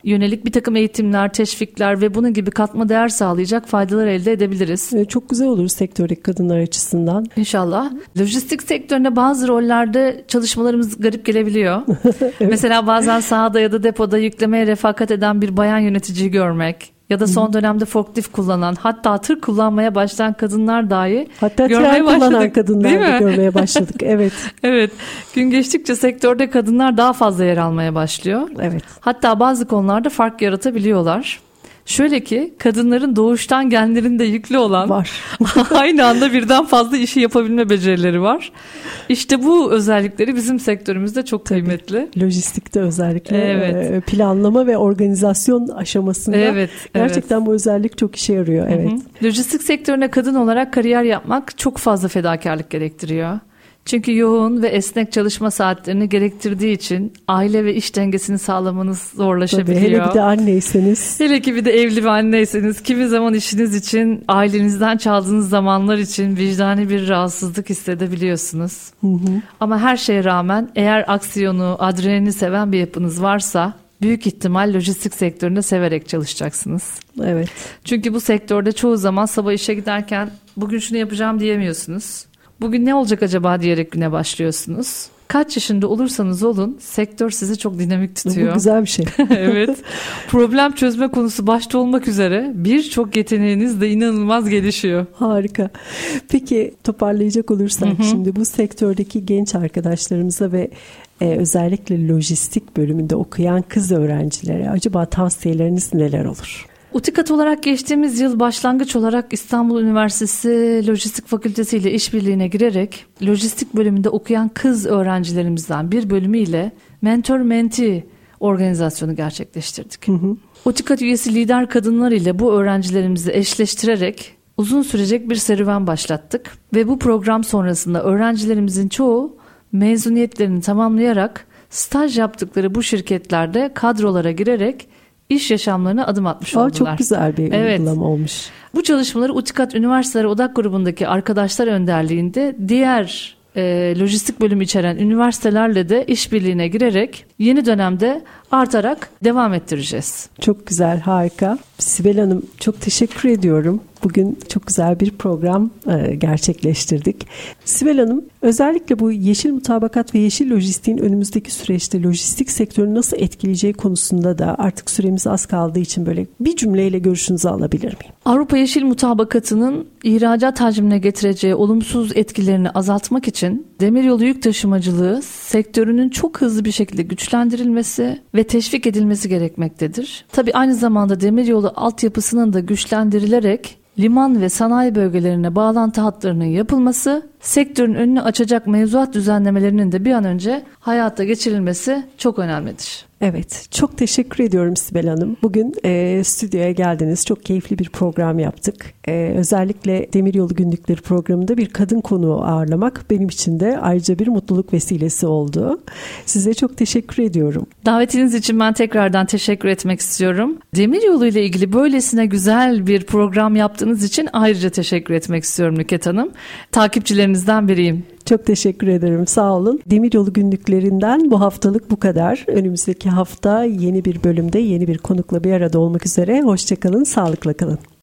yönelik bir takım eğitimler, teşvikler ve bunun gibi katma değer sağlayacak faydalar elde edebiliriz. Çok güzel olur sektördeki kadınlar açısından. İnşallah. Lojistik sektöründe bazı rollerde çalışmalarımız garip gelebiliyor. Evet. Mesela bazen sahada ya da depoda yüklemeye refakat eden bir bayan yöneticiyi görmek ya da son dönemde forklift kullanan, hatta tır kullanmaya başlayan kadınlar dahi hatta görmeye tren başladık. kullanan kadınlar da görmeye başladık. Evet. Evet. Gün geçtikçe sektörde kadınlar daha fazla yer almaya başlıyor. Evet. Hatta bazı konularda fark yaratabiliyorlar. Şöyle ki kadınların doğuştan genlerinde yüklü olan var. aynı anda birden fazla işi yapabilme becerileri var. İşte bu özellikleri bizim sektörümüzde çok Tabii. kıymetli. Lojistikte özellikle evet. planlama ve organizasyon aşamasında evet, gerçekten evet. bu özellik çok işe yarıyor. Evet. Hı hı. Lojistik sektörüne kadın olarak kariyer yapmak çok fazla fedakarlık gerektiriyor. Çünkü yoğun ve esnek çalışma saatlerini gerektirdiği için aile ve iş dengesini sağlamanız zorlaşabiliyor. Tabii, hele bir de anneyseniz. Hele ki bir de evli bir anneyseniz, kimi zaman işiniz için, ailenizden çaldığınız zamanlar için vicdani bir rahatsızlık hissedebiliyorsunuz. Hı hı. Ama her şeye rağmen eğer aksiyonu, adrenalini seven bir yapınız varsa büyük ihtimal lojistik sektöründe severek çalışacaksınız. Evet. Çünkü bu sektörde çoğu zaman sabah işe giderken bugün şunu yapacağım diyemiyorsunuz. Bugün ne olacak acaba diyerek güne başlıyorsunuz. Kaç yaşında olursanız olun sektör sizi çok dinamik tutuyor. Bu güzel bir şey. Evet. Problem çözme konusu başta olmak üzere birçok yeteneğiniz de inanılmaz gelişiyor. Harika. Peki toparlayacak olursak hı hı. şimdi bu sektördeki genç arkadaşlarımıza ve e, özellikle lojistik bölümünde okuyan kız öğrencilere acaba tavsiyeleriniz neler olur? UTİKAT olarak geçtiğimiz yıl başlangıç olarak İstanbul Üniversitesi Lojistik Fakültesi ile işbirliğine girerek lojistik bölümünde okuyan kız öğrencilerimizden bir bölümüyle mentor-mentee organizasyonu gerçekleştirdik. Hı hı. UTİKAT üyesi lider kadınlar ile bu öğrencilerimizi eşleştirerek uzun sürecek bir serüven başlattık ve bu program sonrasında öğrencilerimizin çoğu mezuniyetlerini tamamlayarak staj yaptıkları bu şirketlerde kadrolara girerek iş yaşamlarına adım atmış Aa, oldular. Çok güzel bir evet. uygulama olmuş. Bu çalışmaları UTİKAT Üniversiteler Odak grubundaki arkadaşlar önderliğinde diğer e, lojistik bölümü içeren üniversitelerle de işbirliğine girerek yeni dönemde artarak devam ettireceğiz. Çok güzel, harika. Sibel Hanım çok teşekkür ediyorum. Bugün çok güzel bir program e, gerçekleştirdik. Sibel Hanım, özellikle bu yeşil mutabakat ve yeşil lojistiğin önümüzdeki süreçte lojistik sektörünü nasıl etkileyeceği konusunda da artık süremiz az kaldığı için böyle bir cümleyle görüşünüzü alabilir miyim? Avrupa Yeşil Mutabakatı'nın ihracat hacmine getireceği olumsuz etkilerini azaltmak için demiryolu yük taşımacılığı sektörünün çok hızlı bir şekilde güçlendirilmesi ve teşvik edilmesi gerekmektedir. Tabii aynı zamanda demiryolu altyapısının da güçlendirilerek liman ve sanayi bölgelerine bağlantı hatlarının yapılması, sektörün önünü açacak mevzuat düzenlemelerinin de bir an önce hayata geçirilmesi çok önemlidir. Evet, çok teşekkür ediyorum Sibel Hanım. Bugün e, stüdyoya geldiniz. Çok keyifli bir program yaptık. E, özellikle Demiryolu Günlükleri programında bir kadın konuğu ağırlamak benim için de ayrıca bir mutluluk vesilesi oldu. Size çok teşekkür ediyorum. Davetiniz için ben tekrardan teşekkür etmek istiyorum. Demiryolu ile ilgili böylesine güzel bir program yaptığınız için ayrıca teşekkür etmek istiyorum Nüket Hanım. Takipçilerinizden biriyim. Çok teşekkür ederim. Sağ olun. Demiryolu günlüklerinden bu haftalık bu kadar. Önümüzdeki hafta yeni bir bölümde yeni bir konukla bir arada olmak üzere. Hoşça kalın, sağlıkla kalın.